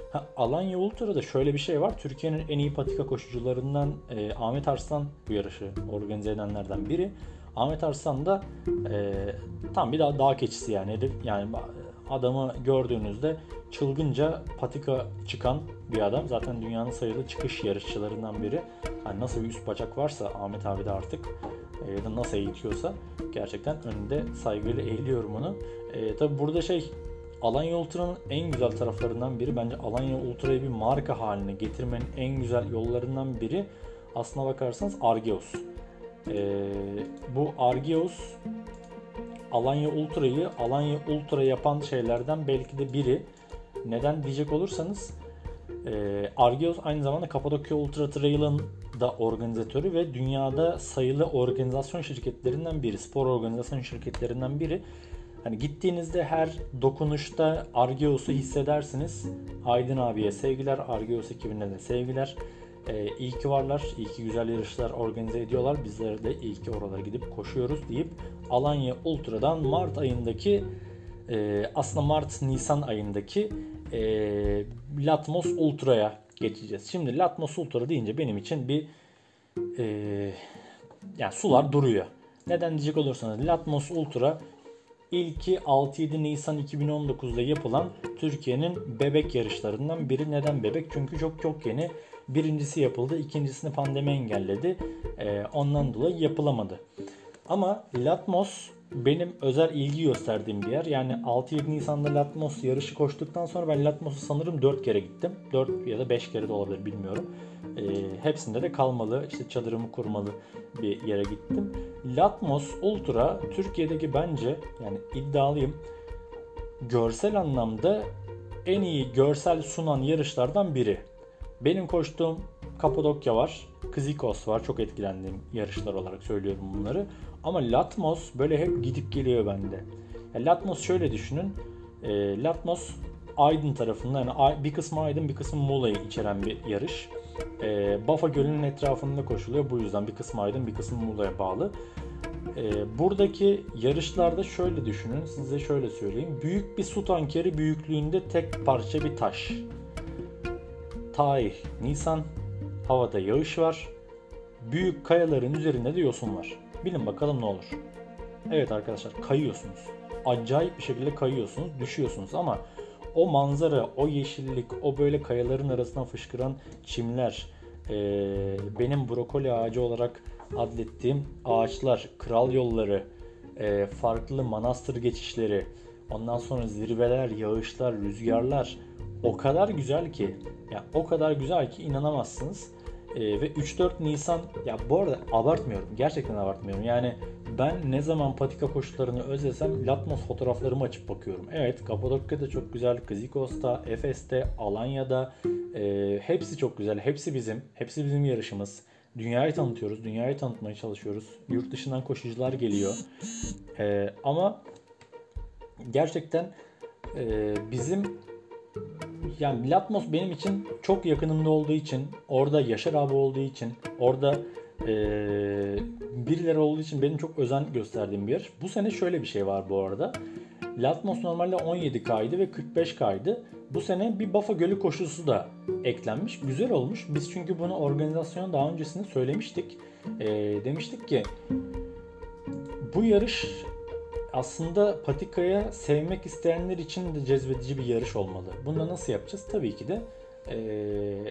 Ha, Alanya Ultra'da şöyle bir şey var. Türkiye'nin en iyi patika koşucularından e, Ahmet Arslan bu yarışı organize edenlerden biri. Ahmet Arslan da e, tam bir dağ, dağ keçisi yani. Herif, yani adamı gördüğünüzde çılgınca patika çıkan bir adam. Zaten dünyanın sayılı çıkış yarışçılarından biri. Hani nasıl bir üst bacak varsa Ahmet abi de artık e, ya da nasıl eğitiyorsa gerçekten önünde saygıyla eğiliyorum onu. E, tabi burada şey, Alanya Ultra'nın en güzel taraflarından biri, bence Alanya Ultra'yı bir marka haline getirmenin en güzel yollarından biri aslına bakarsanız Argeos. Ee, bu Argeos Alanya Ultra'yı Alanya Ultra yapan şeylerden belki de biri. Neden diyecek olursanız e, Argeos aynı zamanda Kapadokya Ultra Trail'ın da organizatörü ve dünyada sayılı organizasyon şirketlerinden biri, spor organizasyon şirketlerinden biri. Hani gittiğinizde her dokunuşta Argeos'u hissedersiniz. Aydın abiye sevgiler, Argeos ekibine de sevgiler. Ee, iyi ki varlar, iyi ki güzel yarışlar organize ediyorlar. Bizler de iyi ki oralara gidip koşuyoruz deyip Alanya Ultra'dan Mart ayındaki e, aslında Mart-Nisan ayındaki e, Latmos Ultra'ya geçeceğiz. Şimdi Latmos Ultra deyince benim için bir e, yani sular duruyor. Neden diyecek olursanız Latmos Ultra İlki altı yedi Nisan iki bin on dokuz'da yapılan Türkiye'nin bebek yarışlarından biri. Neden bebek? Çünkü çok çok yeni. Birincisi yapıldı, ikincisini pandemi engelledi. Ee, ondan dolayı yapılamadı. Ama Latmos benim özel ilgi gösterdiğim bir yer. Yani altı yedi Nisan'da Latmos yarışı koştuktan sonra ben Latmos'a sanırım dört kere gittim. dört ya da beş kere de olabilir, bilmiyorum. Ee, hepsinde de kalmalı, işte çadırımı kurmalı bir yere gittim. Latmos Ultra Türkiye'deki bence, yani iddialıyım, görsel anlamda en iyi görsel sunan yarışlardan biri. Benim koştuğum Kapadokya var, Kizikos var, çok etkilendiğim yarışlar olarak söylüyorum bunları. Ama Latmos böyle hep gidip geliyor bende. Yani Latmos şöyle düşünün, e, Latmos Aydın tarafında, yani bir kısmı Aydın bir kısmı Muğla'yı içeren bir yarış. E, Bafa Gölü'nün etrafında koşuluyor, bu yüzden bir kısmı Aydın bir kısmı Muğla'ya bağlı. E, buradaki yarışlarda şöyle düşünün, size şöyle söyleyeyim. Büyük bir su tankeri büyüklüğünde tek parça bir taş. Tarih Nisan, havada yağış var, büyük kayaların üzerinde de yosun var. Bilin bakalım ne olur. Evet arkadaşlar, kayıyorsunuz. Acayip bir şekilde kayıyorsunuz, düşüyorsunuz ama o manzara, o yeşillik, o böyle kayaların arasından fışkıran çimler, ee, benim brokoli ağacı olarak adlettiğim ağaçlar, kral yolları, e, farklı manastır geçişleri, ondan sonra zirveler, yağışlar, rüzgarlar o kadar güzel ki, ya o kadar güzel ki inanamazsınız. Ee, ve üç dört Nisan, ya bu arada abartmıyorum, gerçekten abartmıyorum. Yani ben ne zaman patika koşularını özlesem Latmos fotoğraflarımı açıp bakıyorum. Evet, Kapadokya'da çok güzel, Kizikos'ta, Efes'te, Alanya'da e, hepsi çok güzel, hepsi bizim, hepsi bizim yarışımız. Dünyayı tanıtıyoruz, dünyayı tanıtmaya çalışıyoruz. Yurt dışından koşucular geliyor. E, ama gerçekten e, bizim yani Latmos benim için çok yakınımda olduğu için, orada Yaşar abi olduğu için, orada ee, birileri olduğu için benim çok özen gösterdiğim bir yer. Bu sene şöyle bir şey var bu arada. Latmos normalde on yedi K'ydı ve kırk beş K'ydı. Bu sene bir Bafa Gölü koşusu da eklenmiş. Güzel olmuş. Biz çünkü bunu organizasyona daha öncesinde söylemiştik. Ee, demiştik ki bu yarış aslında patikaya sevmek isteyenler için de cezbedici bir yarış olmalı. Bunu da nasıl yapacağız? Tabii ki de ee,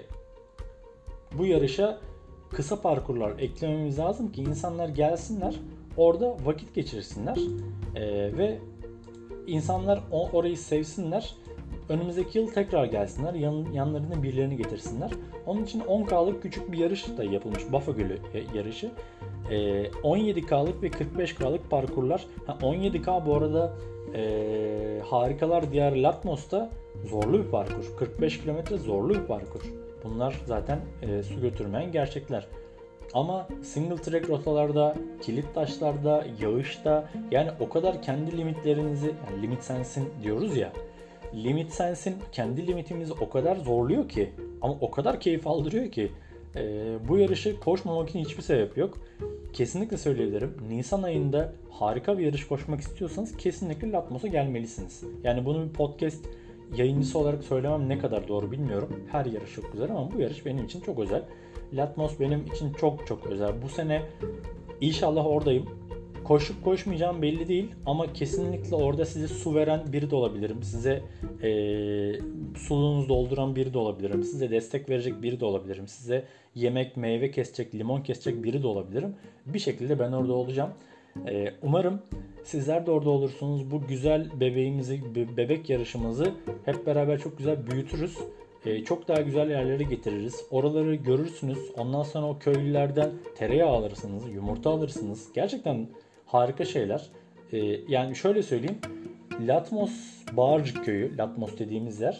bu yarışa kısa parkurlar eklememiz lazım ki insanlar gelsinler, orada vakit geçirsinler ee, ve insanlar orayı sevsinler. Önümüzdeki yıl tekrar gelsinler, yan, yanlarına birilerini getirsinler. Onun için on K'lık küçük bir yarış da yapılmış, Bafa Gölü yarışı. Ee, on yedi K'lık ve kırk beş K'lık parkurlar. Ha, on yedi K bu arada e, Harikalar Diyarı Latmos'ta zorlu bir parkur. kırk beş kilometre zorlu bir parkur. Bunlar zaten e, su götürmeyen gerçekler. Ama single track rotalarda, kilit taşlarda, yağışta, yani o kadar kendi limitlerinizi, yani limit sensin diyoruz ya, limit sensin kendi limitimizi o kadar zorluyor ki, ama o kadar keyif aldırıyor ki e, bu yarışı koşmamak için hiçbir sebep yok. Kesinlikle söyleyebilirim. Nisan ayında harika bir yarış koşmak istiyorsanız kesinlikle Latmos'a gelmelisiniz. Yani bunu bir podcast yayıncısı olarak söylemem ne kadar doğru bilmiyorum. Her yarış çok güzel ama bu yarış benim için çok özel. Latmos benim için çok çok özel. Bu sene inşallah oradayım. Koşup koşmayacağım belli değil ama kesinlikle orada size su veren biri de olabilirim. Size e, suluğunuzu dolduran biri de olabilirim. Size destek verecek biri de olabilirim. Size yemek, meyve kesecek, limon kesecek biri de olabilirim. Bir şekilde ben orada olacağım. E, umarım sizler de orada olursunuz. Bu güzel bebeğimizi, bebek yarışımızı hep beraber çok güzel büyütürüz. Ee, çok daha güzel yerlere getiririz. Oraları görürsünüz. Ondan sonra o köylülerden tereyağı alırsınız, yumurta alırsınız. Gerçekten harika şeyler. Ee, yani şöyle söyleyeyim. Latmos Bağırcık Köyü, Latmos dediğimiz yer.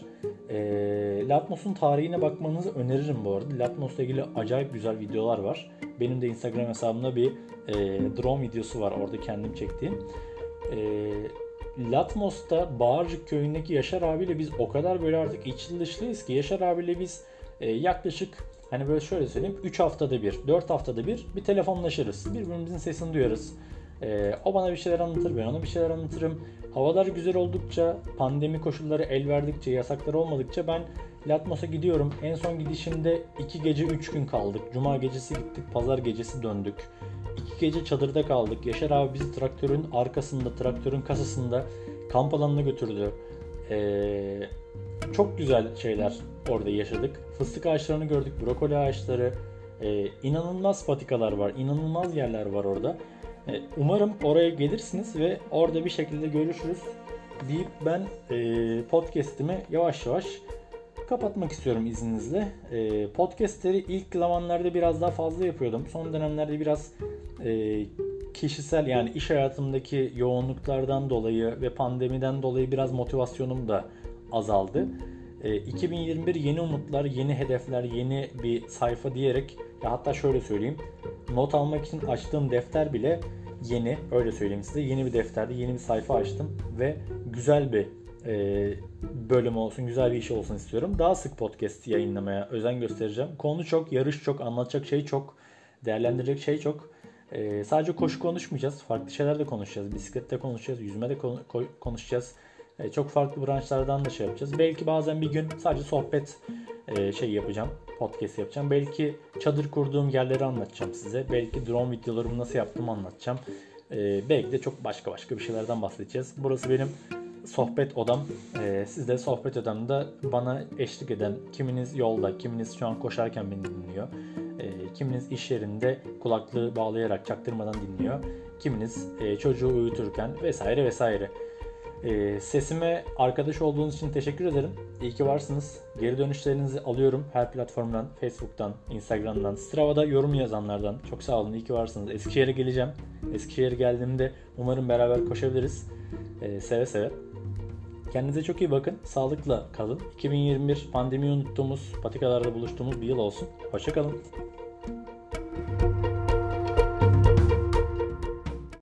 E, Latmos'un tarihine bakmanızı öneririm bu arada. Latmos'la ilgili acayip güzel videolar var. Benim de Instagram hesabımda bir e, drone videosu var orada kendim çektiğim. E, Latmos'ta Bağırcık Köyü'ndeki Yaşar abiyle biz o kadar böyle artık içli dışlıyız ki Yaşar abiyle biz e, yaklaşık hani böyle şöyle söyleyeyim üç haftada bir, dört haftada bir bir telefonlaşırız. Birbirimizin sesini duyarız. Ee, o bana bir şeyler anlatır, ben ona bir şeyler anlatırım. Havalar güzel oldukça, pandemi koşulları el verdikçe, yasaklar olmadıkça ben Latmos'a gidiyorum. En son gidişimde iki gece üç gün kaldık. Cuma gecesi gittik, pazar gecesi döndük. iki gece çadırda kaldık. Yaşar abi bizi traktörün arkasında, traktörün kasasında kamp alanına götürdü. Ee, çok güzel şeyler orada yaşadık. Fıstık ağaçlarını gördük, brokoli ağaçları. Ee, inanılmaz patikalar var, inanılmaz yerler var orada. Umarım oraya gelirsiniz ve orada bir şekilde görüşürüz deyip ben e, podcast'imi yavaş yavaş kapatmak istiyorum izninizle. E, podcast'leri ilk zamanlarda biraz daha fazla yapıyordum. Son dönemlerde biraz e, kişisel yani iş hayatımdaki yoğunluklardan dolayı ve pandemiden dolayı biraz motivasyonum da azaldı. E, iki bin yirmi bir yeni umutlar, yeni hedefler, yeni bir sayfa diyerek ya hatta şöyle söyleyeyim. Not almak için açtığım defter bile yeni, öyle söyleyeyim size. Yeni bir defterde yeni bir sayfa açtım ve güzel bir e, bölüm olsun, güzel bir iş olsun istiyorum. Daha sık podcast yayınlamaya özen göstereceğim. Konu çok, yarış çok, anlatacak şey çok, değerlendirecek şey çok. E, sadece koşu konuşmayacağız, farklı şeyler de konuşacağız. Bisiklette konuşacağız, yüzme de konuşacağız. E, çok farklı branşlardan da şey yapacağız. Belki bazen bir gün sadece sohbet e, şey yapacağım. Podcast yapacağım. Belki çadır kurduğum yerleri anlatacağım size. Belki drone videolarımı nasıl yaptığımı anlatacağım. Ee, belki de çok başka başka bir şeylerden bahsedeceğiz. Burası benim sohbet odam. Ee, siz de sohbet odamda bana eşlik eden, kiminiz yolda, kiminiz şu an koşarken beni dinliyor. Ee, kiminiz iş yerinde kulaklığı bağlayarak çaktırmadan dinliyor. Kiminiz e, çocuğu uyuturken vesaire vesaire. Ee, sesime arkadaş olduğunuz için teşekkür ederim. İyi ki varsınız. Geri dönüşlerinizi alıyorum her platformdan, Facebook'tan, Instagram'dan, Strava'da yorum yazanlardan. Çok sağ olun, iyi ki varsınız. Eskişehir'e geleceğim. Eskişehir'e geldiğimde umarım beraber koşabiliriz. Ee, seve seve. Kendinize çok iyi bakın. Sağlıkla kalın. iki bin yirmi bir pandemiyi unuttuğumuz, patikalarda buluştuğumuz bir yıl olsun. Hoşça kalın.